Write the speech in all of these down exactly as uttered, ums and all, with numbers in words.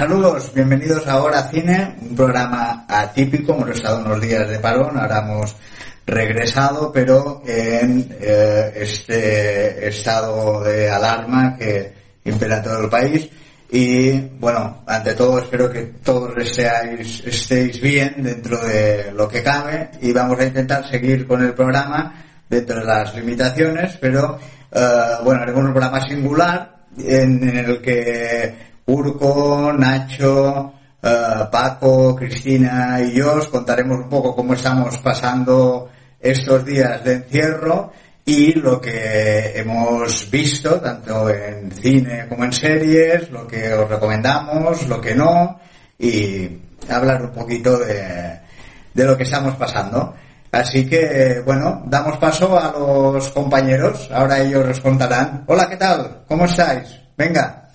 Saludos, bienvenidos a Hora Cine, un programa atípico. Hemos estado unos días de parón, ahora hemos regresado, pero en eh, este estado de alarma que impera en todo el país. Y bueno, ante todo espero que todos estéis, estéis bien dentro de lo que cabe, y vamos a intentar seguir con el programa dentro de las limitaciones, pero eh, bueno, haremos un programa singular en, en el que Urco, Nacho, eh, Paco, Cristina y yo os contaremos un poco cómo estamos pasando estos días de encierro y lo que hemos visto tanto en cine como en series, lo que os recomendamos, lo que no, y hablar un poquito de, de lo que estamos pasando. Así que, bueno, damos paso a los compañeros, ahora ellos os contarán. Hola, ¿qué tal? ¿Cómo estáis? Venga.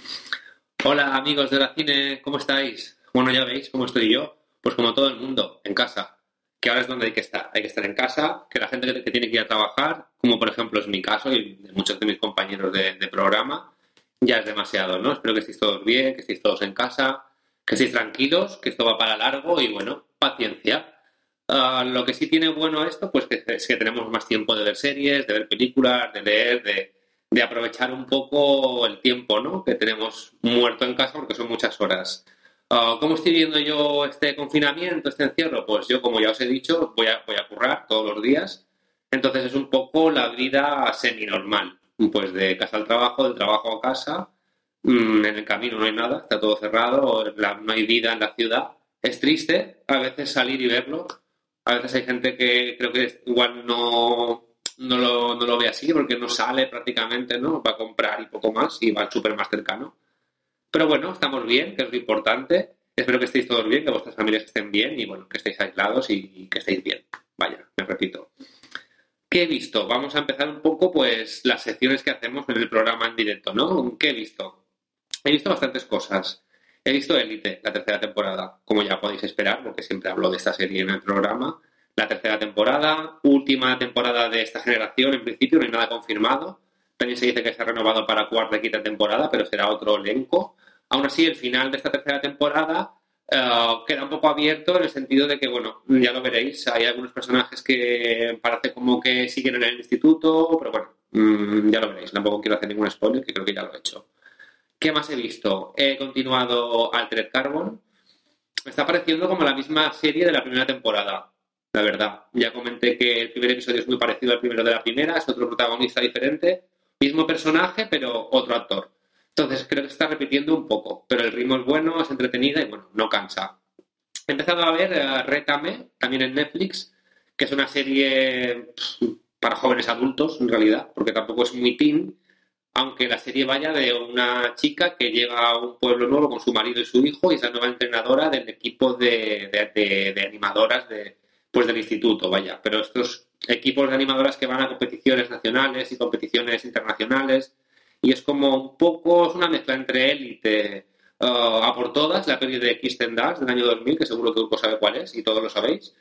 Hola amigos de Hora Cine, ¿cómo estáis? Bueno, ya veis cómo estoy yo, pues como todo el mundo, en casa. Que ahora es donde hay que estar. Hay que estar en casa, que la gente que, que tiene que ir a trabajar, como por ejemplo es mi caso y de muchos de mis compañeros de, de programa, ya es demasiado, ¿no? Espero que estéis todos bien, que estéis todos en casa, que estéis tranquilos, que esto va para largo y bueno, paciencia. Uh, lo que sí tiene bueno esto, pues que es que tenemos más tiempo de ver series, de ver películas, de leer, de, de aprovechar un poco el tiempo, ¿no? Que tenemos muerto en casa porque son muchas horas. Uh, ¿Cómo estoy viendo yo este confinamiento, este encierro? Pues yo, como ya os he dicho, voy a, voy a currar todos los días. Entonces es un poco la vida semi-normal. Pues de casa al trabajo, del trabajo a casa. Mm, en el camino no hay nada, está todo cerrado, la, no hay vida en la ciudad. Es triste a veces salir y verlo. A veces hay gente que creo que igual no, no, lo, no lo ve así porque no sale prácticamente, ¿no? Va a comprar y poco más y va al súper más cercano. Pero bueno, estamos bien, que es lo importante. Espero que estéis todos bien, que vuestras familias estén bien y bueno, que estéis aislados y, y que estéis bien. Vaya, me repito. ¿Qué he visto? Vamos a empezar un poco pues las secciones que hacemos en el programa en directo, ¿no? ¿Qué he visto? He visto bastantes cosas. He visto Élite, la tercera temporada, como ya podéis esperar, porque siempre hablo de esta serie en el programa. La tercera temporada, última temporada de esta generación, en principio, no hay nada confirmado. También se dice que se ha renovado para cuarta y quinta temporada, pero será otro elenco. Aún así, el final de esta tercera temporada uh, queda un poco abierto en el sentido de que, bueno, ya lo veréis, hay algunos personajes que parece como que siguen en el instituto, pero bueno, mmm, ya lo veréis. Tampoco quiero hacer ningún spoiler, que creo que ya lo he hecho. ¿Qué más he visto? He continuado Altered Carbon. Me está pareciendo como la misma serie de la primera temporada, la verdad. Ya comenté que el primer episodio es muy parecido al primero de la primera, es otro protagonista diferente, mismo personaje, pero otro actor. Entonces creo que se está repitiendo un poco, pero el ritmo es bueno, es entretenida y bueno, no cansa. He empezado a ver uh, Rétame, también en Netflix, que es una serie pff, para jóvenes adultos, en realidad, porque tampoco es muy teen, aunque la serie vaya de una chica que llega a un pueblo nuevo con su marido y su hijo y es la nueva entrenadora del equipo de, de, de, de animadoras de, pues del instituto, vaya. Pero estos equipos de animadoras que van a competiciones nacionales y competiciones internacionales, y es como un poco, es una mezcla entre Élite, uh, A por Todas, la peli de Kirsten Dunst del año dos mil, que seguro que Urco sabe cuál es y todos lo sabéis,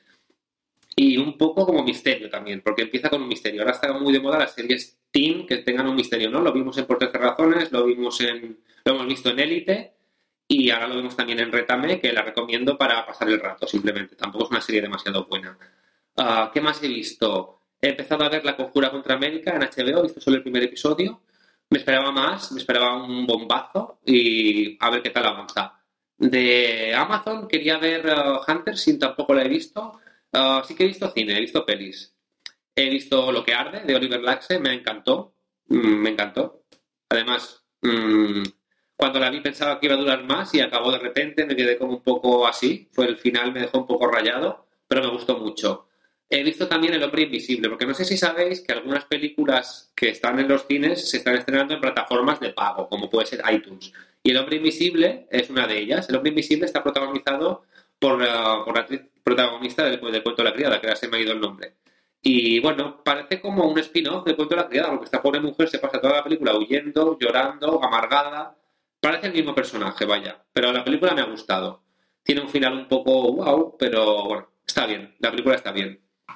y un poco como misterio también, porque empieza con un misterio. Ahora está muy de moda las series teen que tengan un misterio, ¿no? Lo vimos en Por trece razones, lo vimos en, lo hemos visto en Élite y ahora lo vemos también en Rétame, que la recomiendo para pasar el rato, simplemente. Tampoco es una serie demasiado buena. Uh, ¿Qué más he visto? He empezado a ver La Conjura contra América en H B O, he visto solo el primer episodio. Me esperaba más, me esperaba un bombazo y a ver qué tal avanza. De Amazon quería ver uh, Hunter, sin tampoco la he visto. Uh, sí que he visto cine, he visto pelis. He visto Lo que arde, de Oliver Laxe, me encantó. Mm, me encantó. Además, mmm, cuando la vi pensaba que iba a durar más y acabó de repente, me quedé como un poco así. Fue el final, me dejó un poco rayado, pero me gustó mucho. He visto también El hombre invisible, porque no sé si sabéis que algunas películas que están en los cines se están estrenando en plataformas de pago, como puede ser iTunes. Y El hombre invisible es una de ellas. El hombre invisible está protagonizado por, uh, por la actriz protagonista del, del cuento de la criada, que ahora se me ha ido el nombre. Y bueno, parece como un spin-off del cuento de la criada, porque esta pobre mujer se pasa toda la película huyendo, llorando, amargada. Parece el mismo personaje, vaya. Pero la película me ha gustado. Tiene un final un poco wow, pero bueno, está bien. La película está bien.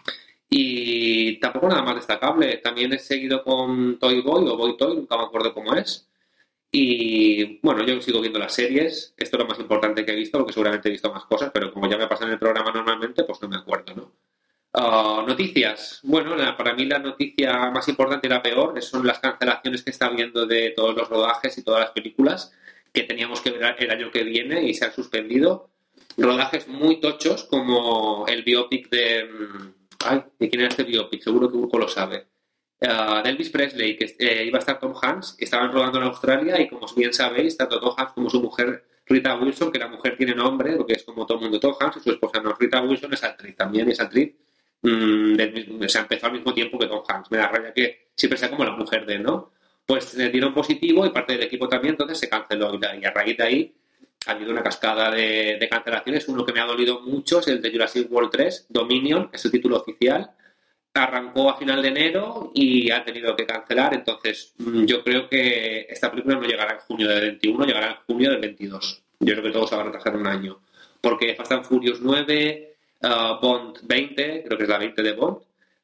Y tampoco nada más destacable. También he seguido con Toy Boy o Boy Toy, nunca me acuerdo cómo es. Y bueno, yo sigo viendo las series. Esto es lo más importante que he visto, porque seguramente he visto más cosas, pero como ya me pasa en el programa normalmente, pues no me acuerdo, ¿no? Uh, noticias. Bueno, la, para mí la noticia más importante y la peor son las cancelaciones que está habiendo de todos los rodajes y todas las películas que teníamos que ver el año que viene y se han suspendido. Rodajes muy tochos, como el biopic de... Ay, ¿de quién era este biopic? Seguro que Urco lo sabe. Uh, de Elvis Presley, que eh, iba a estar Tom Hanks, que estaban rodando en Australia y como bien sabéis, tanto Tom Hanks como su mujer Rita Wilson, que la mujer tiene nombre, porque es como todo el mundo Tom Hanks, y su esposa no, Rita Wilson es actriz, también es actriz, mmm, del, o sea, empezó al mismo tiempo que Tom Hanks, me da rabia que siempre sea como la mujer de él, ¿no? Pues le dieron positivo y parte del equipo también, entonces se canceló y a raíz de ahí ha habido una cascada de, de cancelaciones. Uno que me ha dolido mucho es el de Jurassic World tres, Dominion, que es el título oficial. Arrancó a final de enero y ha tenido que cancelar, entonces yo creo que esta película no llegará en junio del veintiuno, llegará en junio del veintidós. Yo creo que todo se va a retrasar un año, porque Fast and Furious nueve, uh, Bond veinte, creo que es la veinte de Bond,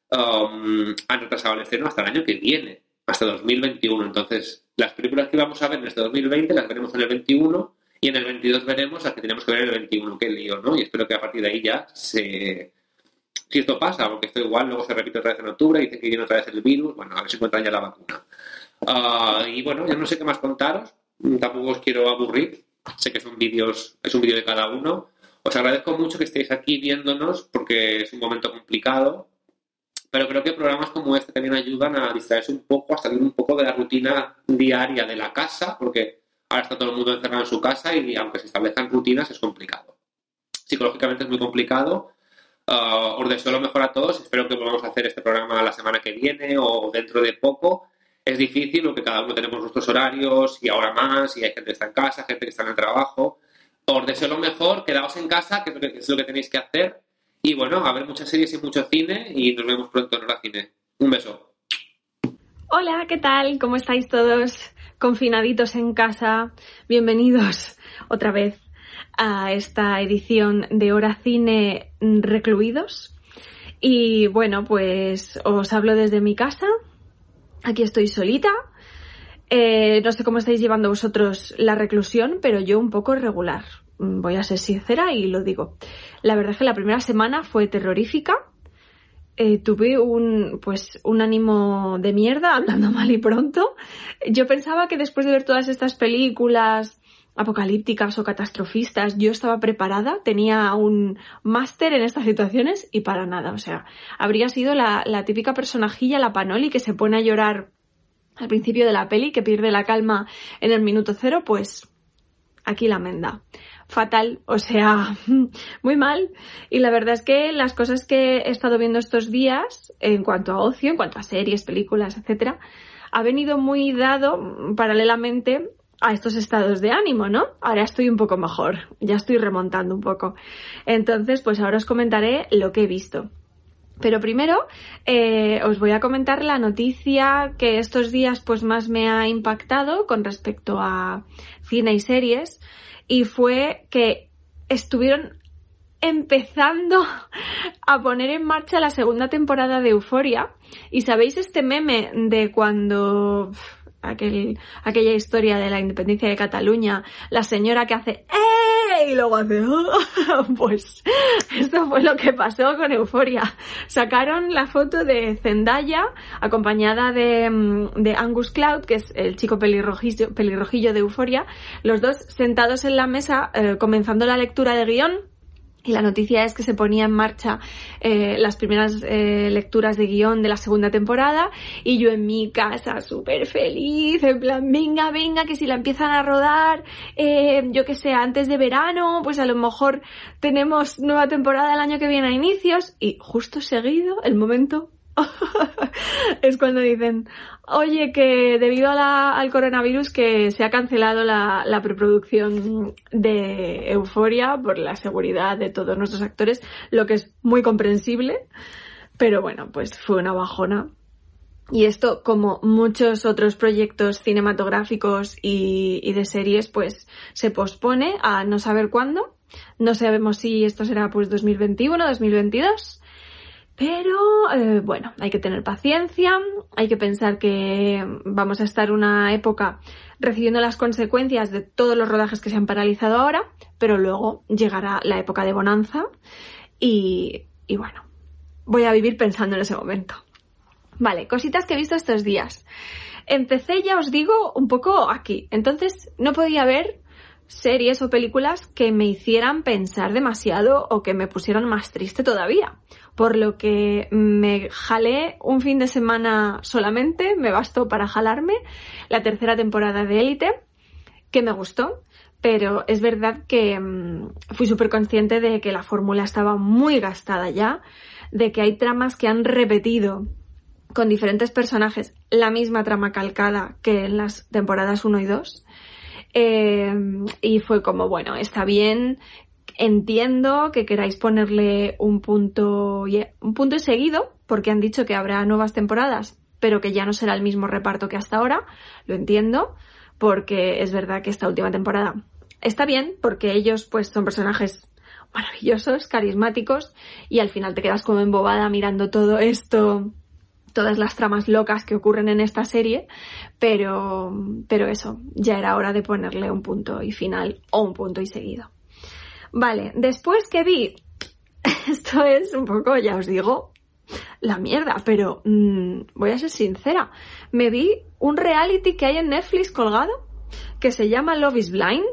um, han retrasado el estreno hasta el año que viene, hasta dos mil veintiuno. Entonces las películas que vamos a ver en este dos mil veinte las veremos en el veintiuno y en el veintidós veremos las que tenemos que ver en el veintiuno. Qué lío, ¿no? Y espero que a partir de ahí ya se... Si esto pasa, porque esto igual luego se repite otra vez en octubre y dicen que viene otra vez el virus, bueno, a ver si encuentran ya la vacuna. Uh, y bueno, yo no sé qué más contaros, tampoco os quiero aburrir, sé que son vídeos, es un vídeo de cada uno. Os agradezco mucho que estéis aquí viéndonos porque es un momento complicado, pero creo que programas como este también ayudan a distraerse un poco, a salir un poco de la rutina diaria de la casa, porque ahora está todo el mundo encerrado en su casa y aunque se establezcan rutinas es complicado. Psicológicamente es muy complicado. Uh, os deseo lo mejor a todos, espero que volvamos a hacer este programa la semana que viene o dentro de poco. Es difícil porque cada uno tenemos nuestros horarios y ahora más, y hay gente que está en casa, gente que está en el trabajo. Os deseo lo mejor, quedaos en casa, que es lo que tenéis que hacer, y bueno, a ver muchas series y mucho cine y nos vemos pronto en Hora Cine. Un beso. Hola, ¿qué tal? ¿Cómo estáis todos? Confinaditos en casa, bienvenidos otra vez a esta edición de Hora Cine Recluidos. Y bueno, pues os hablo desde mi casa. Aquí estoy solita. Eh, no sé cómo estáis llevando vosotros la reclusión, pero yo un poco regular. Voy a ser sincera y lo digo. La verdad es que la primera semana fue terrorífica. Eh, tuve un pues un ánimo de mierda, andando mal y pronto. Yo pensaba que después de ver todas estas películas apocalípticas o catastrofistas, yo estaba preparada, tenía un máster en estas situaciones y para nada, o sea, habría sido la, la típica personajilla, la Panoli, que se pone a llorar al principio de la peli, que pierde la calma en el minuto cero, pues aquí la menda. Fatal, o sea, muy mal. Y la verdad es que las cosas que he estado viendo estos días, en cuanto a ocio, en cuanto a series, películas, etcétera, ha venido muy dado paralelamente a estos estados de ánimo, ¿no? Ahora estoy un poco mejor, ya estoy remontando un poco. Entonces, pues ahora os comentaré lo que he visto. Pero primero eh, os voy a comentar la noticia que estos días pues más me ha impactado con respecto a cine y series, y fue que estuvieron empezando a poner en marcha la segunda temporada de Euphoria. Y ¿sabéis este meme de cuando... Aquel, aquella historia de la independencia de Cataluña, la señora que hace ¡eh! Y luego hace ¡oh! Pues esto fue lo que pasó con Euphoria. Sacaron la foto de Zendaya acompañada de, de Angus Cloud, que es el chico pelirrojillo, pelirrojillo de Euphoria, los dos sentados en la mesa eh, comenzando la lectura del guión. Y la noticia es que se ponía en marcha eh, las primeras eh, lecturas de guión de la segunda temporada, y yo en mi casa súper feliz, en plan, venga, venga, que si la empiezan a rodar, eh, yo que sé, antes de verano, pues a lo mejor tenemos nueva temporada el año que viene a inicios, y justo seguido, el momento... es cuando dicen, oye, que debido a la, al coronavirus que se ha cancelado la, la preproducción de Euphoria por la seguridad de todos nuestros actores, lo que es muy comprensible, pero bueno, pues fue una bajona. Y esto, como muchos otros proyectos cinematográficos y, y de series, pues se pospone a no saber cuándo. No sabemos si esto será pues dos mil veintiuno, dos mil veintidós. Pero, eh, bueno, hay que tener paciencia, hay que pensar que vamos a estar una época recibiendo las consecuencias de todos los rodajes que se han paralizado ahora, pero luego llegará la época de bonanza y, y bueno, voy a vivir pensando en ese momento. Vale, cositas que he visto estos días. Empecé, ya os digo, un poco aquí, entonces no podía ver series o películas que me hicieran pensar demasiado o que me pusieran más triste todavía. Por lo que me jalé un fin de semana solamente, me bastó para jalarme la tercera temporada de Élite, que me gustó, pero es verdad que mmm, fui súper consciente de que la fórmula estaba muy gastada ya, de que hay tramas que han repetido con diferentes personajes la misma trama calcada que en las temporadas uno y dos. Eh, y fue como, bueno, está bien, entiendo que queráis ponerle un punto, un punto y seguido, porque han dicho que habrá nuevas temporadas, pero que ya no será el mismo reparto que hasta ahora. Lo entiendo, porque es verdad que esta última temporada está bien, porque ellos pues son personajes maravillosos, carismáticos, y al final te quedas como embobada mirando todo esto, todas las tramas locas que ocurren en esta serie, pero, pero eso, ya era hora de ponerle un punto y final o un punto y seguido. Vale, después que vi, esto es un poco, ya os digo, la mierda, pero mmm, voy a ser sincera, me vi un reality que hay en Netflix colgado que se llama Love is Blind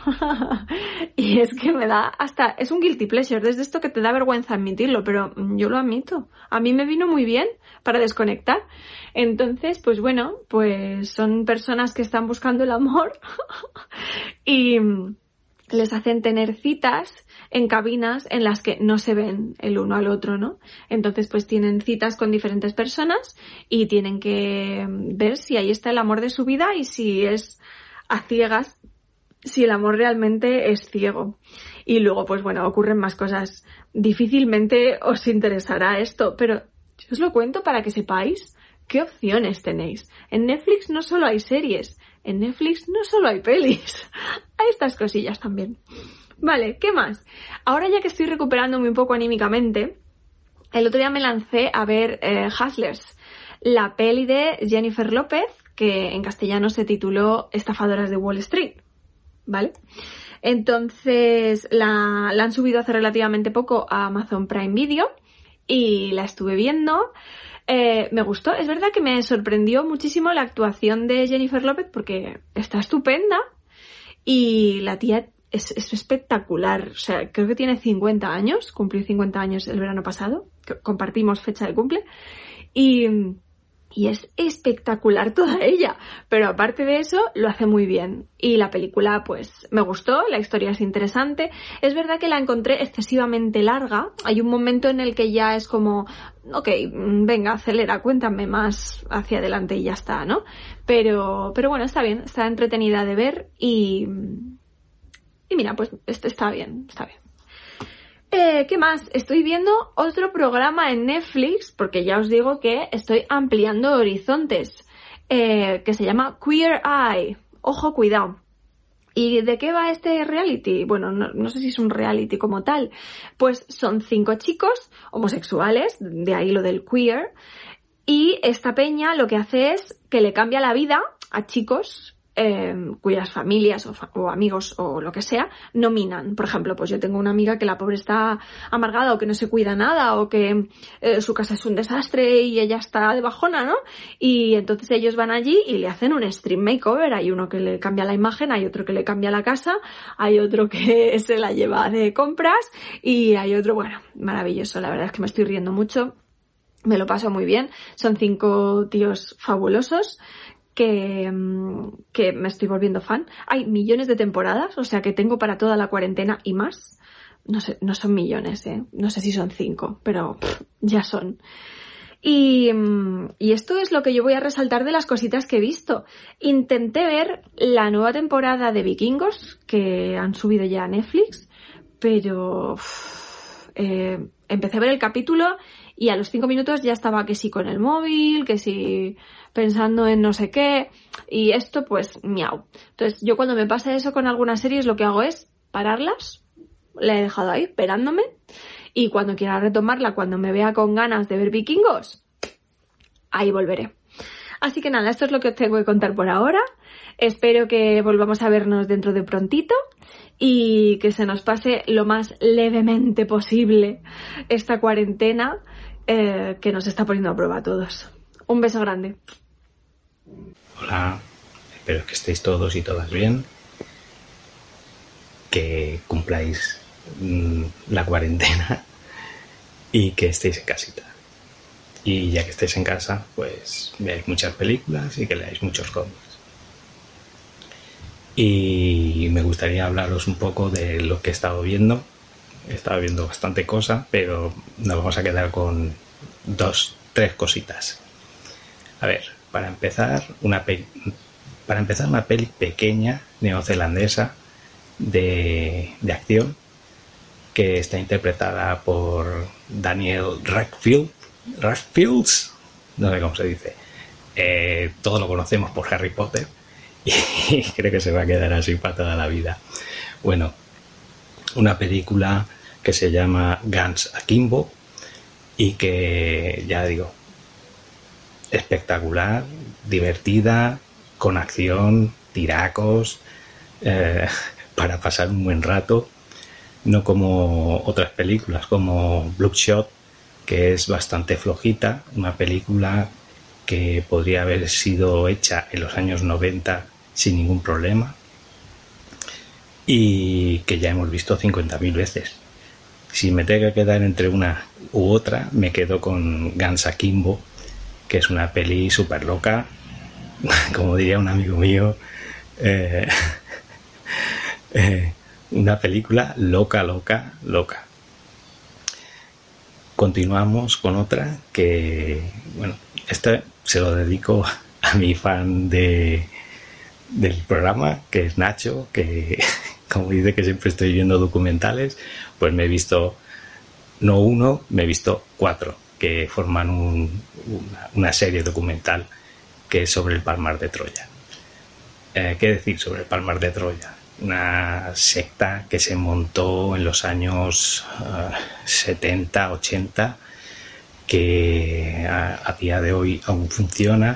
y es que me da hasta, es un guilty pleasure, desde esto que te da vergüenza admitirlo, pero yo lo admito, a mí me vino muy bien para desconectar. Entonces, pues bueno, pues son personas que están buscando el amor y les hacen tener citas en cabinas en las que no se ven el uno al otro, ¿no? Entonces, pues tienen citas con diferentes personas y tienen que ver si ahí está el amor de su vida y si es a ciegas, si el amor realmente es ciego. Y luego, pues bueno, ocurren más cosas. Difícilmente os interesará esto, pero yo os lo cuento para que sepáis qué opciones tenéis. En Netflix no solo hay series, en Netflix no solo hay pelis, hay estas cosillas también. Vale, ¿qué más? Ahora ya que estoy recuperándome un poco anímicamente, el otro día me lancé a ver eh, Hustlers, la peli de Jennifer López, que en castellano se tituló Estafadoras de Wall Street, ¿vale? Entonces la, la han subido hace relativamente poco a Amazon Prime Video y la estuve viendo. Eh, me gustó, es verdad que me sorprendió muchísimo la actuación de Jennifer López porque está estupenda y la tía es, es espectacular. O sea, creo que tiene cincuenta años, cumplió cincuenta años el verano pasado, compartimos fecha de cumple y... Y es espectacular toda ella, pero aparte de eso lo hace muy bien. Y la película pues me gustó, la historia es interesante. Es verdad que la encontré excesivamente larga. Hay un momento en el que ya es como, ok, venga, acelera, cuéntame más hacia adelante y ya está, ¿no? Pero, pero bueno, está bien, está entretenida de ver y... Y mira, pues está bien, está bien. Eh, ¿Qué más? Estoy viendo otro programa en Netflix, porque ya os digo que estoy ampliando horizontes, eh, que se llama Queer Eye. Ojo, cuidado. ¿Y de qué va este reality? Bueno, no, no sé si es un reality como tal. Pues son cinco chicos homosexuales, de ahí lo del queer, y esta peña lo que hace es que le cambia la vida a chicos Eh, cuyas familias o, fa- o amigos o lo que sea nominan. Por ejemplo, pues yo tengo una amiga que la pobre está amargada o que no se cuida nada o que eh, su casa es un desastre y ella está de bajona, ¿no? Y entonces ellos van allí y le hacen un stream makeover. Hay uno que le cambia la imagen, hay otro que le cambia la casa, hay otro que se la lleva de compras y hay otro, bueno, maravilloso. La verdad es que me estoy riendo mucho, me lo paso muy bien. Son cinco tíos fabulosos que, que me estoy volviendo fan. Hay millones de temporadas, o sea que tengo para toda la cuarentena y más. No sé, no son millones, ¿eh? No sé si son cinco, pero pff, ya son. Y, y esto es lo que yo voy a resaltar de las cositas que he visto. Intenté ver la nueva temporada de Vikingos, que han subido ya a Netflix, pero uff, eh, empecé a ver el capítulo y a los cinco minutos ya estaba que sí con el móvil, que sí pensando en no sé qué, y esto pues miau. Entonces yo cuando me pasa eso con algunas series lo que hago es pararlas, la he dejado ahí esperándome y cuando quiera retomarla, cuando me vea con ganas de ver Vikingos, ahí volveré. Así que nada, esto es lo que os tengo que contar por ahora. Espero que volvamos a vernos dentro de prontito y que se nos pase lo más levemente posible esta cuarentena eh, que nos está poniendo a prueba a todos. Un beso grande. Hola, espero que estéis todos y todas bien, que cumpláis mmm, la cuarentena y que estéis en casita. Y ya que estéis en casa, pues veáis muchas películas y que leáis muchos cómics. Y me gustaría hablaros un poco de lo que he estado viendo. He estado viendo bastante cosa, pero nos vamos a quedar con dos, tres cositas. A ver, para empezar, una peli, para empezar una peli pequeña neozelandesa de, de acción que está interpretada por Daniel Radcliffe. Radcliffe, no sé cómo se dice. Eh, todos lo conocemos por Harry Potter y creo que se va a quedar así para toda la vida. Bueno, una película que se llama Guns Akimbo y que, ya digo, espectacular, divertida, con acción, tiracos, eh, para pasar un buen rato, no como otras películas como Bloodshot, que es bastante flojita, una película que podría haber sido hecha en los años noventa sin ningún problema y que ya hemos visto cincuenta mil veces. Si me tengo que quedar entre una u otra, me quedo con Guns Akimbo, que es una peli súper loca, como diría un amigo mío, eh, eh, una película loca, loca, loca. Continuamos con otra que, bueno, esta se lo dedico a mi fan de, del programa, que es Nacho, que como dice que siempre estoy viendo documentales, pues me he visto, no uno, me he visto cuatro, que forman un, una, una serie documental que es sobre el Palmar de Troya. Eh, ¿Qué decir sobre el Palmar de Troya? Una secta que se montó en los años uh, setenta, ochenta, que a, a día de hoy aún funciona,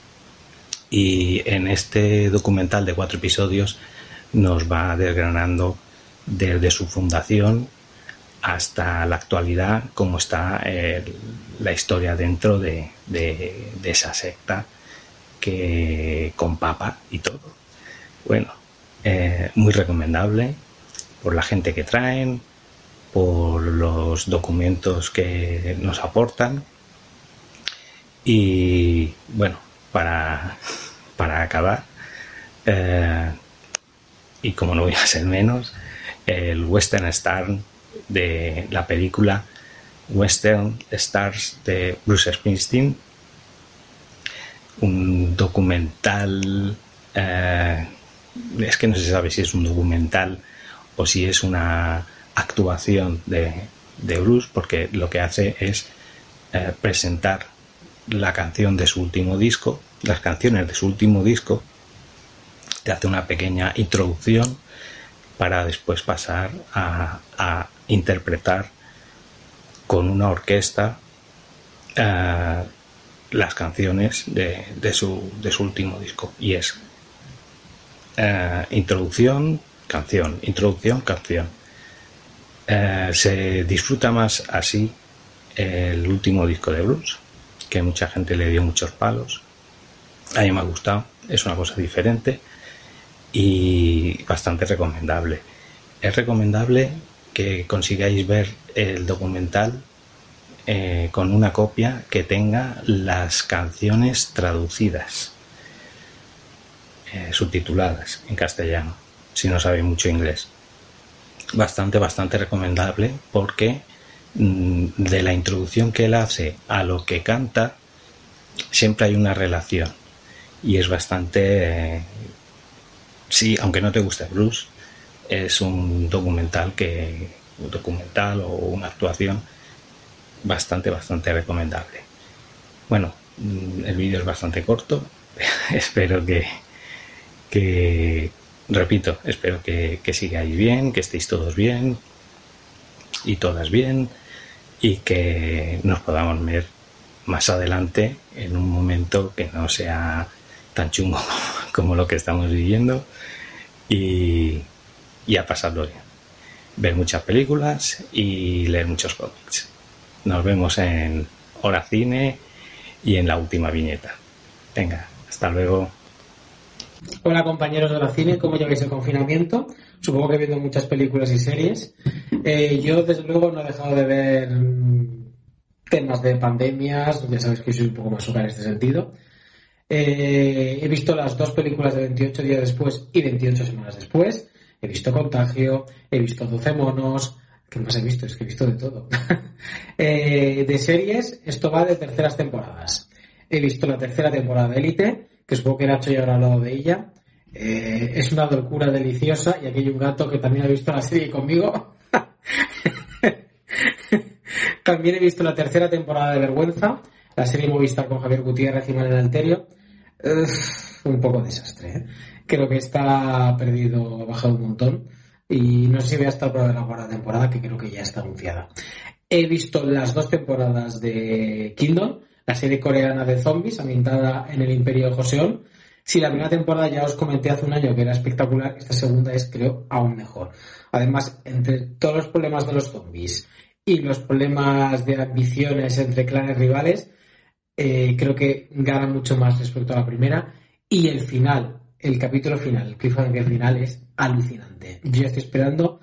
y en este documental de cuatro episodios nos va desgranando desde su fundación hasta la actualidad cómo está eh, la historia dentro de, de, de esa secta, que con papa y todo. Bueno, Eh, muy recomendable por la gente que traen, por los documentos que nos aportan y bueno, para, para acabar eh, y como no voy a ser menos, el Western Star de la película Western Stars de Bruce Springsteen, un documental eh, es que no se sabe si es un documental o si es una actuación de, de Bruce, porque lo que hace es eh, presentar la canción de su último disco, las canciones de su último disco, te hace una pequeña introducción para después pasar a, a interpretar con una orquesta eh, las canciones de, de, su, de su último disco, y es Uh, introducción, canción, introducción, canción. Uh, se disfruta más así el último disco de Bruce, que mucha gente le dio muchos palos. A mí me ha gustado, es una cosa diferente y bastante recomendable. Es recomendable que consigáis ver el documental eh, con una copia que tenga las canciones traducidas, Eh, subtituladas en castellano, si no sabéis mucho inglés. Bastante, bastante recomendable, porque mmm, de la introducción que él hace a lo que canta siempre hay una relación y es bastante eh, sí, aunque no te guste Bruce, es un documental que un documental o una actuación bastante, bastante recomendable. Bueno, el vídeo es bastante corto. Espero que que, repito, espero que, que sigáis bien, que estéis todos bien y todas bien, y que nos podamos ver más adelante en un momento que no sea tan chungo como lo que estamos viviendo y, y a pasarlo bien. Ver muchas películas y leer muchos cómics. Nos vemos en Hora Cine y en la última viñeta. Venga, hasta luego. Hola compañeros de Hora Cine, ¿cómo lleváis el confinamiento? Supongo que viendo muchas películas y series. Eh, yo desde luego no he dejado de ver temas de pandemias, ya sabéis que soy un poco más soca en este sentido. Eh, he visto las dos películas de veintiocho días después y veintiocho semanas después. He visto Contagio, he visto doce monos. ¿Qué más he visto? Es que he visto de todo. eh, de series, esto va de terceras temporadas. He visto la tercera temporada de Élite, que supongo que Nacho ya habrá hablado de ella. Eh, es una locura deliciosa y aquí hay un gato que también ha visto la serie conmigo. También he visto la tercera temporada de Vergüenza, la serie Movistar con Javier Gutiérrez y Manuel Alterio. Uf, un poco desastre, ¿eh? Creo que está perdido, ha bajado un montón y no sé si voy a estar por la cuarta temporada, que creo que ya está anunciada. He visto las dos temporadas de Kingdom, la serie coreana de zombies ambientada en el Imperio de Joseon. Si la primera temporada ya os comenté hace un año que era espectacular, esta segunda es, creo, aún mejor. Además, entre todos los problemas de los zombies y los problemas de ambiciones entre clanes rivales, eh, creo que gana mucho más respecto a la primera. Y el final, el capítulo final, el cliffhanger final es alucinante. Yo ya estoy esperando,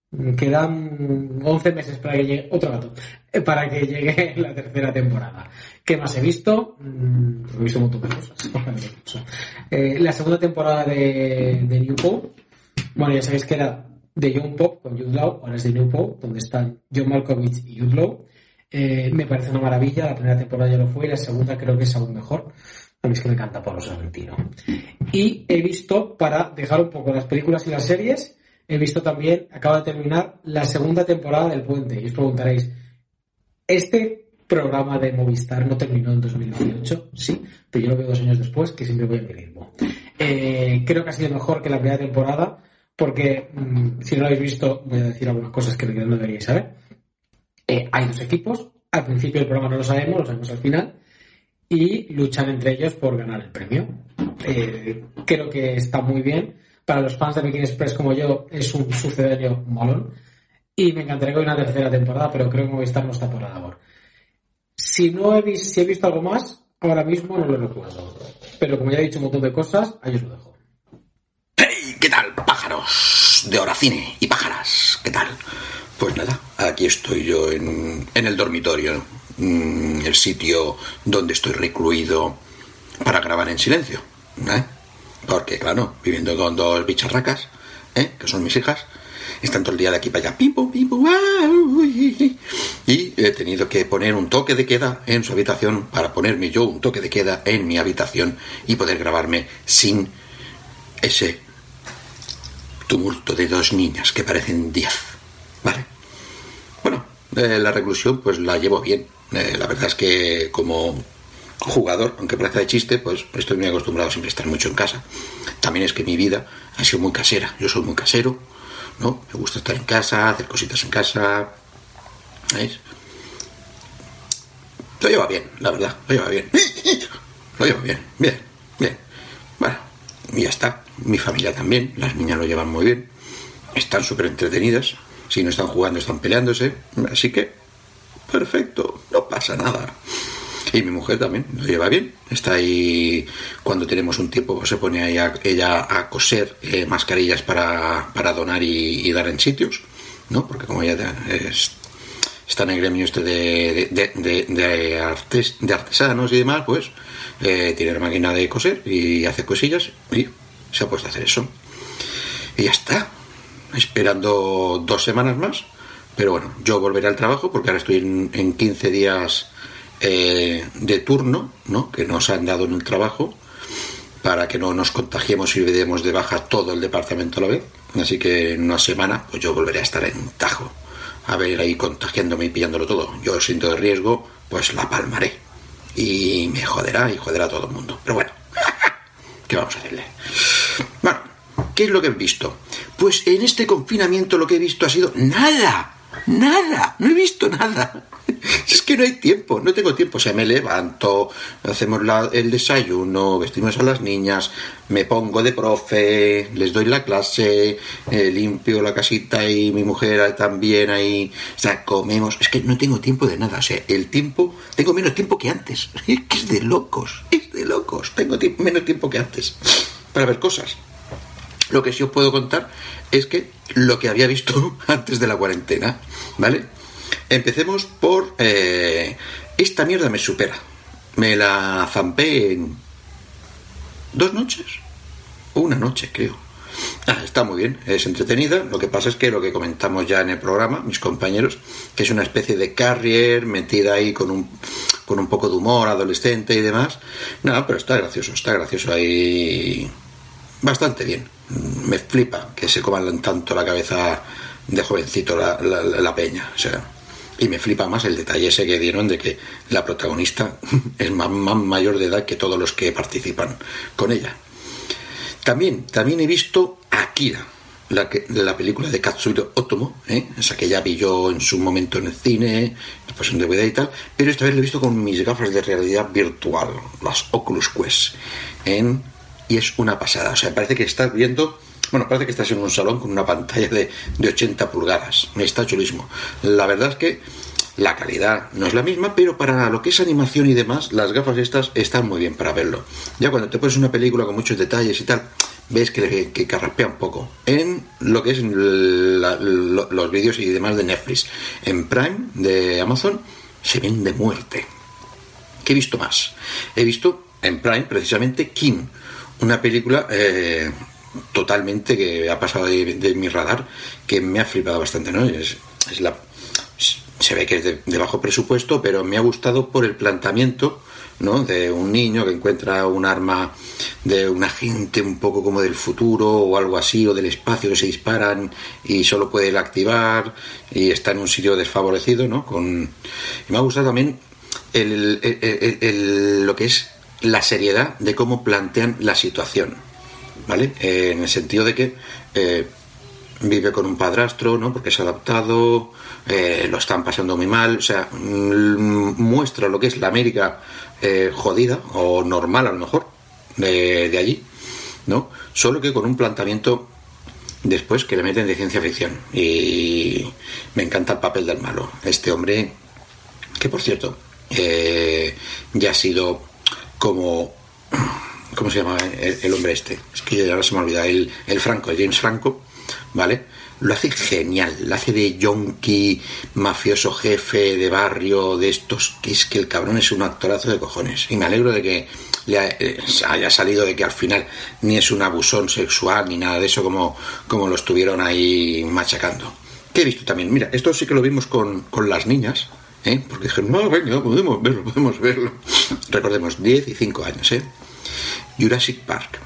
quedan once meses para que llegue otro gato, para que llegue la tercera temporada. ¿Qué más he visto? He visto un montón de cosas. eh, la segunda temporada de, de New Pope, bueno, ya sabéis que era de Young Pop con Jude Law, ahora es de New Pope, donde están John Malkovich y Jude Law. Eh, me parece una maravilla, la primera temporada ya lo fue y la segunda creo que es aún mejor. A mí es que me encanta Pablo Sorrentino. Y he visto, para dejar un poco las películas y las series, he visto también, acaba de terminar la segunda temporada del Puente. Y os preguntaréis, ¿este programa de Movistar no terminó en dos mil dieciocho? Sí, pero yo lo veo dos años después, que siempre voy a mi ritmo. Eh, creo que ha sido mejor que la primera temporada, porque mmm, si no lo habéis visto, voy a decir algunas cosas que no deberíais saber. Eh, hay dos equipos, al principio del programa no lo sabemos, lo sabemos al final, y luchan entre ellos por ganar el premio. Eh, creo que está muy bien. Para los fans de Peking Express como yo, es un sucedáneo molón. Y me encantaría que hubiera una tercera temporada, pero creo que Movistar no está por la labor. Si no he visto, si he visto algo más, ahora mismo no lo recuerdo. Pero como ya he dicho un montón de cosas, ahí os lo dejo. ¡Hey! ¿Qué tal, pájaros de Hora Cine y pájaras? ¿Qué tal? Pues nada, aquí estoy yo en, en el dormitorio, en el sitio donde estoy recluido para grabar en silencio, ¿eh? Porque, claro, viviendo con dos bicharracas, ¿eh? Que son mis hijas, están todo el día de aquí para allá, pim, pum, pim, pum, ah, uy, y he tenido que poner un toque de queda en su habitación para ponerme yo un toque de queda en mi habitación y poder grabarme sin ese tumulto de dos niñas que parecen diez, ¿vale? Bueno, eh, la reclusión pues la llevo bien. Eh, la verdad es que como jugador, aunque parezca de chiste, pues estoy muy acostumbrado siempre a estar mucho en casa. También es que mi vida ha sido muy casera. Yo soy muy casero, ¿no? Me gusta estar en casa, hacer cositas en casa, ¿veis? Lo lleva bien, la verdad, lo lleva bien. Lo lleva bien, bien, bien. Bueno, y ya está. Mi familia también, las niñas lo llevan muy bien. Están súper entretenidas. Si no están jugando, están peleándose. Así que, perfecto, no pasa nada. Y mi mujer también lo lleva bien. Está ahí, cuando tenemos un tiempo, pues se pone ahí a, ella a coser eh, mascarillas para, para donar y, y dar en sitios, ¿no? Porque como ella es, está en el gremio este de, de, de, de, artes, de artesanos y demás, pues eh, tiene la máquina de coser y hace cosillas y se ha puesto a hacer eso. Y ya está. Esperando dos semanas más. Pero bueno, yo volveré al trabajo porque ahora estoy en, en quince días eh, de turno, ¿no? Que nos han dado en el trabajo para que no nos contagiemos y demos de baja todo el departamento a la vez. Así que en una semana pues yo volveré a estar en Tajo, a ver ahí contagiándome y pillándolo todo. Yo siento de riesgo, pues la palmaré y me joderá y joderá a todo el mundo. Pero bueno, ¿qué vamos a hacerle? Bueno, ¿qué es lo que he visto? Pues en este confinamiento lo que he visto ha sido nada, nada, no he visto nada. Es que no hay tiempo, no tengo tiempo. O sea, me levanto, hacemos la, el desayuno, vestimos a las niñas, me pongo de profe, les doy la clase, eh, limpio la casita y mi mujer también ahí. O sea, comemos. Es que no tengo tiempo de nada. O sea, el tiempo, tengo menos tiempo que antes. Es que es de locos, es de locos. Tengo tiempo, menos tiempo que antes para ver cosas. Lo que sí os puedo contar es que lo que había visto antes de la cuarentena, ¿vale? Empecemos por eh, esta mierda me supera. Me la zampé en dos noches o una noche, creo. Ah, está muy bien, es entretenida. Lo que pasa es que lo que comentamos ya en el programa, mis compañeros, que es una especie de Carrier metida ahí con un con un poco de humor adolescente y demás. Nada, pero está gracioso, está gracioso ahí bastante bien. Me flipa que se coman tanto la cabeza de jovencito la, la, la peña, o sea, y me flipa más el detalle ese que dieron de que la protagonista es más, más mayor de edad que todos los que participan con ella. También, también he visto Akira, la, que, la película de Katsuhiro Otomo, ¿eh? Esa que ya vi yo en su momento en el cine, después en D V D y tal, pero esta vez la he visto con mis gafas de realidad virtual, las Oculus Quest, en... y es una pasada. O sea, parece que estás viendo, bueno, parece que estás en un salón con una pantalla de, de ochenta pulgadas. Me está chulísimo. La verdad es que la calidad no es la misma, pero para lo que es animación y demás, las gafas estas están muy bien para verlo. Ya cuando te pones una película con muchos detalles y tal, ves que, que carraspea un poco. En lo que es la, lo, los vídeos y demás de Netflix. En Prime de Amazon se ven de muerte. ¿Qué he visto más? He visto en Prime precisamente King, una película eh, totalmente que ha pasado de, de mi radar, que me ha flipado bastante, ¿no? Es, es la, se ve que es de, de bajo presupuesto, pero me ha gustado por el planteamiento, ¿no? De un niño que encuentra un arma de un agente un poco como del futuro o algo así, o del espacio, que se disparan y solo puede activar y está en un sitio desfavorecido, ¿no? Con, y me ha gustado también el, el, el, el, lo que es la seriedad de cómo plantean la situación, ¿vale? Eh, en el sentido de que eh, vive con un padrastro, ¿no? Porque se ha adaptado, eh, lo están pasando muy mal, o sea, mm, muestra lo que es la América eh, jodida o normal a lo mejor de, de allí, ¿no? Solo que con un planteamiento después que le meten de ciencia ficción, y me encanta el papel del malo, este hombre que, por cierto, eh, ya ha sido como, ¿cómo se llama el, el hombre este? Es que ahora se me olvida, el, el Franco, el James Franco, ¿vale? Lo hace genial, lo hace de yonki, mafioso jefe de barrio, de estos, que es que el cabrón es un actorazo de cojones, y me alegro de que le haya salido, de que al final ni es un abusón sexual ni nada de eso como, como lo estuvieron ahí machacando. ¿Qué he visto también? Mira, esto sí que lo vimos con, con las niñas, ¿eh? Porque dijeron, no, venga, podemos verlo, podemos verlo. Recordemos, diez y cinco años, ¿eh? Jurassic Park.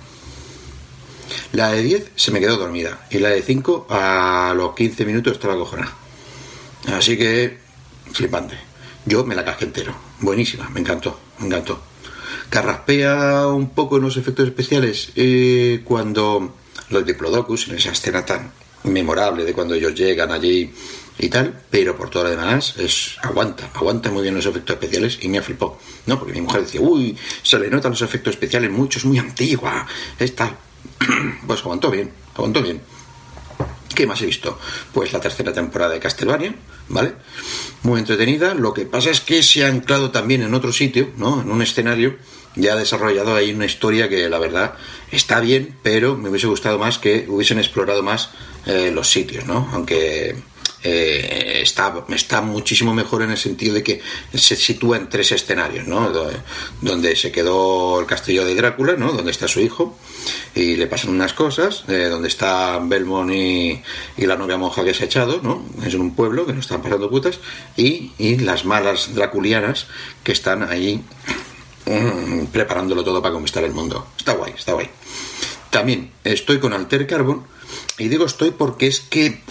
La de diez se me quedó dormida y la de cinco a los quince minutos estaba acojonada. Así que, flipante. Yo me la casqué entero. Buenísima, me encantó, me encantó. Carraspea un poco en los efectos especiales eh, cuando los diplodocus, en esa escena tan memorable de cuando ellos llegan allí y tal, pero por todo lo demás es aguanta, aguanta muy bien los efectos especiales y me flipó, ¿no? Porque mi mujer decía, uy, se le notan los efectos especiales mucho, es muy antigua, es tal. Pues aguantó bien, aguantó bien. ¿Qué más he visto? Pues la tercera temporada de Castlevania, ¿vale? Muy entretenida. Lo que pasa es que se ha anclado también en otro sitio, ¿no? En un escenario. Ya ha desarrollado ahí una historia que la verdad está bien, pero me hubiese gustado más que hubiesen explorado más eh, los sitios, ¿no? Aunque eh, está, está muchísimo mejor en el sentido de que se sitúa en tres escenarios, ¿no? Donde se quedó el castillo de Drácula, ¿no? Donde está su hijo y le pasan unas cosas, eh, donde está Belmont y, y la novia monja que se ha echado, ¿no? Es en un pueblo que no están pasando putas, y, y las malas draculianas que están ahí mm, preparándolo todo para conquistar el mundo. Está guay, está guay. También estoy con Alter Carbon, y digo estoy porque es que...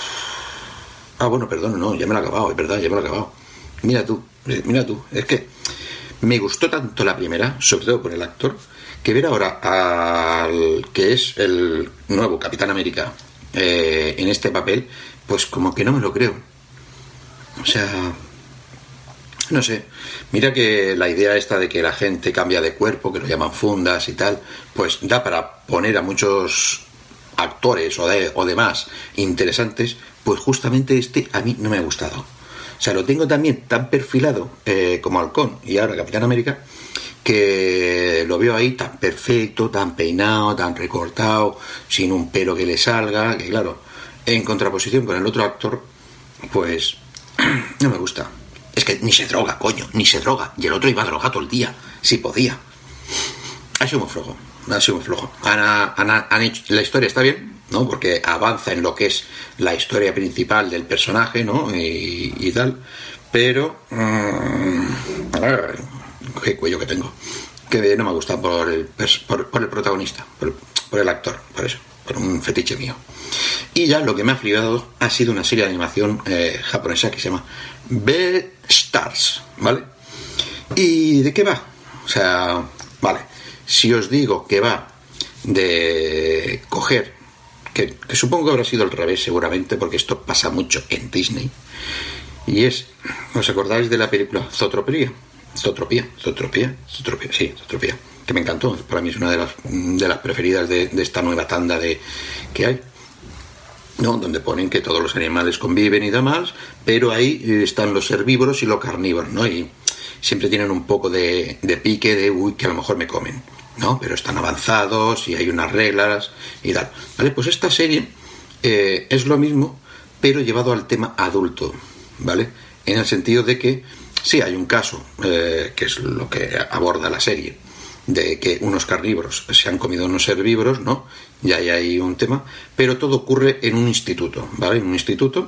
Ah, bueno, perdón, no, ya me lo he acabado, es verdad, ya me lo he acabado. Mira tú, mira tú, es que me gustó tanto la primera, sobre todo por el actor, que ver ahora al que es el nuevo Capitán América eh, en este papel, pues como que no me lo creo. O sea, no sé, mira que la idea esta de que la gente cambia de cuerpo, que lo llaman fundas y tal, pues da para poner a muchos actores o, de, o demás interesantes, pues justamente este a mí no me ha gustado. O sea, lo tengo también tan perfilado eh, como Halcón y ahora Capitán América, que lo veo ahí tan perfecto, tan peinado, tan recortado, sin un pelo que le salga, que claro, en contraposición con el otro actor, pues no me gusta. Es que ni se droga, coño, ni se droga. Y el otro iba a drogar todo el día, si podía. Ha sido muy flojo, ha sido muy flojo. Han, han, han hecho, la historia está bien, ¿no? Porque avanza en lo que es la historia principal del personaje, ¿no? Y, y tal. Pero... Mmm, qué cuello que tengo. Que no me gusta por el, por, por el protagonista, por, por el actor, por eso. Por un fetiche mío. Y ya lo que me ha flipado ha sido una serie de animación eh, japonesa que se llama Beastars, ¿vale? ¿Y de qué va? O sea, vale, si os digo que va de coger, que, que supongo que habrá sido al revés seguramente, porque esto pasa mucho en Disney, y es, ¿os acordáis de la película Zootropía? Zootropía, Zootropía, Zootropía, sí, Zootropía, que me encantó, para mí es una de las de las preferidas de, de esta nueva tanda de que hay, ¿no? Donde ponen que todos los animales conviven y demás, pero ahí están los herbívoros y los carnívoros, ¿no? Y siempre tienen un poco de, de pique de, uy, que a lo mejor me comen, ¿no? Pero están avanzados y hay unas reglas y tal, ¿vale? Pues esta serie eh, es lo mismo, pero llevado al tema adulto, ¿vale? En el sentido de que sí hay un caso, eh, que es lo que aborda la serie, de que unos carnívoros se han comido unos herbívoros, ¿no? Ya hay ahí un tema, pero todo ocurre en un instituto, ¿vale? En un instituto,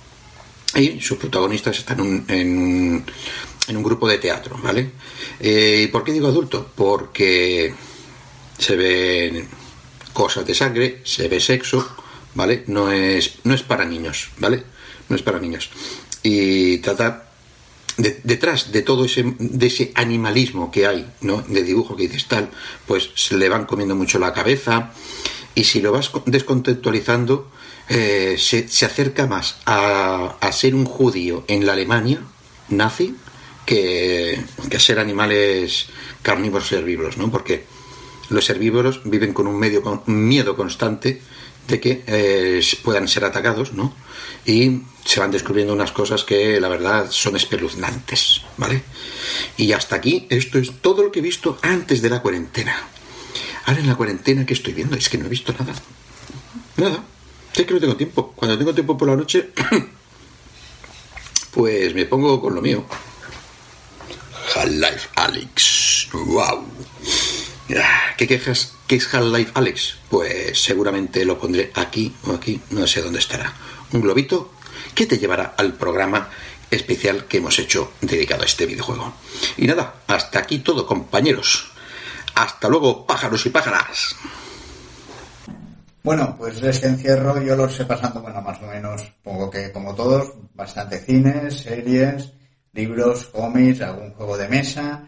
y sus protagonistas están en un, en un, en un grupo de teatro, ¿vale? Eh, ¿Y por qué digo adulto? Porque se ven cosas de sangre, se ve sexo, ¿vale? No es, no es para niños, ¿vale? No es para niños. Y trata... De, detrás de todo ese de ese animalismo que hay, ¿no? De dibujo que dices tal, pues se le van comiendo mucho la cabeza, y si lo vas descontextualizando eh, se, se acerca más a, a ser un judío en la Alemania nazi que, que a ser animales carnívoros herbívoros, ¿no? Porque los herbívoros viven con un medio con un miedo constante de que eh, puedan ser atacados, ¿no? Y se van descubriendo unas cosas que la verdad son espeluznantes, ¿vale? Y hasta aquí esto es todo lo que he visto antes de la cuarentena. Ahora en la cuarentena, ¿qué estoy viendo? Es que no he visto nada. Nada. Es que no tengo tiempo. Cuando tengo tiempo por la noche, pues me pongo con lo mío. Half-Life Alyx. ¡Wow! ¿Qué quejas? ¿Qué es Half-Life Alyx? Pues seguramente lo pondré aquí o aquí, no sé dónde estará. Un globito que te llevará al programa especial que hemos hecho dedicado a este videojuego. Y nada, hasta aquí todo, compañeros. Hasta luego, pájaros y pájaras. Bueno, pues este encierro yo lo estoy pasando, bueno, más o menos, pongo que como todos, bastante cines, series, libros, cómics, algún juego de mesa.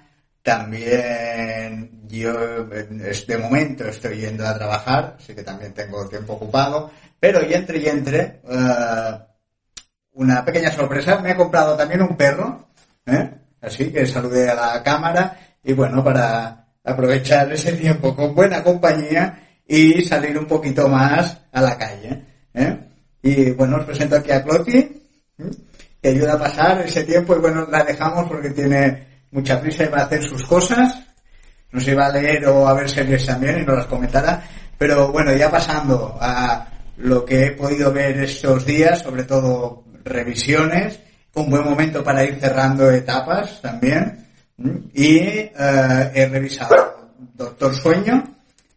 También yo de momento estoy yendo a trabajar, así que también tengo tiempo ocupado, pero y entre y entre, uh, una pequeña sorpresa, me he comprado también un perro, ¿eh? Así que saludé a la cámara, y bueno, para aprovechar ese tiempo con buena compañía y salir un poquito más a la calle, ¿eh? Y bueno, os presento aquí a Cloti, ¿eh? Que ayuda a pasar ese tiempo, y bueno, la dejamos porque tiene mucha prisa y va a hacer sus cosas. No sé si va a leer o a ver series también y nos las comentará. Pero bueno, ya pasando a lo que he podido ver estos días, sobre todo revisiones, un buen momento para ir cerrando etapas también. Y eh, he revisado Doctor Sueño,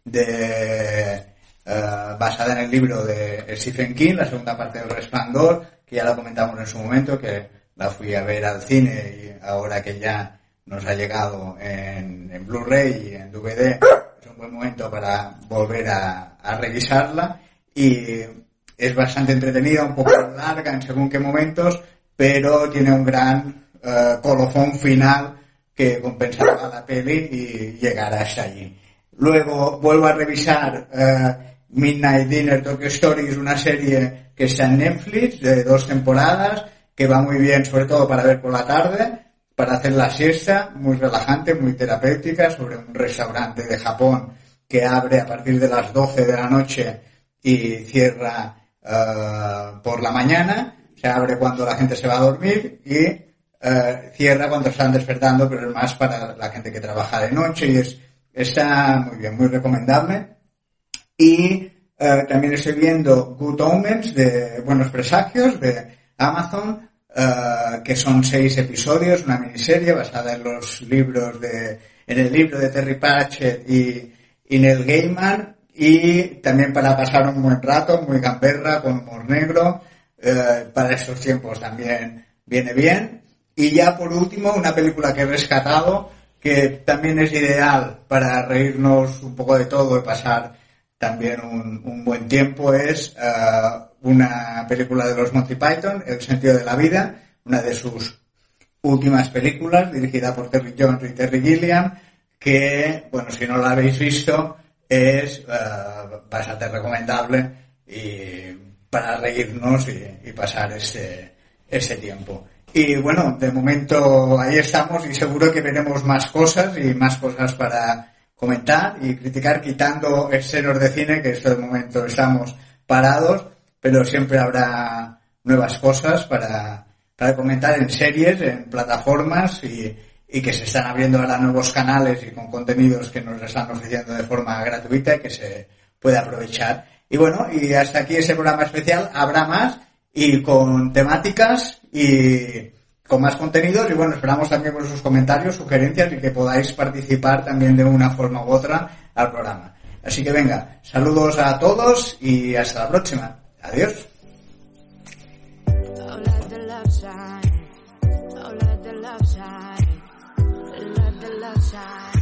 de eh, basada en el libro de Stephen King, la segunda parte del Resplandor, que ya la comentamos en su momento, que la fui a ver al cine y ahora que ya nos ha llegado en, en Blu-ray y en D V D, es un buen momento para volver a, a revisarla, y es bastante entretenida, un poco larga en según qué momentos, pero tiene un gran uh, colofón final que compensará la peli y llegará hasta allí. Luego vuelvo a revisar uh, Midnight Dinner Tokyo Stories, una serie que está en Netflix de dos temporadas, que va muy bien sobre todo para ver por la tarde, para hacer la siesta, muy relajante, muy terapéutica, sobre un restaurante de Japón que abre a partir de las doce de la noche y cierra uh, por la mañana. Se abre cuando la gente se va a dormir y uh, cierra cuando están despertando, pero es más para la gente que trabaja de noche y es, está muy bien, muy recomendable. Y uh, también estoy viendo Good Omens, de Buenos Presagios, de Amazon, uh, que son seis episodios, una miniserie basada en los libros de, en el libro de Terry Pratchett y, y Neil Gaiman, y también para pasar un buen rato, muy gamberra, con humor negro, uh, para estos tiempos también viene bien. Y ya por último, una película que he rescatado, que también es ideal para reírnos un poco de todo y pasar también un, un buen tiempo, es uh, una película de los Monty Python, El sentido de la vida, una de sus últimas películas, dirigida por Terry Jones y Terry Gilliam, que, bueno, si no la habéis visto, es uh, bastante recomendable y para reírnos y, y pasar este, este tiempo. Y bueno, de momento ahí estamos y seguro que veremos más cosas y más cosas para comentar y criticar, quitando escenas de cine, que esto de momento estamos parados, pero siempre habrá nuevas cosas para, para comentar en series, en plataformas y, y que se están abriendo ahora nuevos canales y con contenidos que nos están ofreciendo de forma gratuita y que se puede aprovechar. Y bueno, y hasta aquí ese programa especial. Habrá más y con temáticas y con más contenidos, y bueno, esperamos también vuestros comentarios, sugerencias y que podáis participar también de una forma u otra al programa. Así que venga, saludos a todos y hasta la próxima. Adiós. Let the love shine.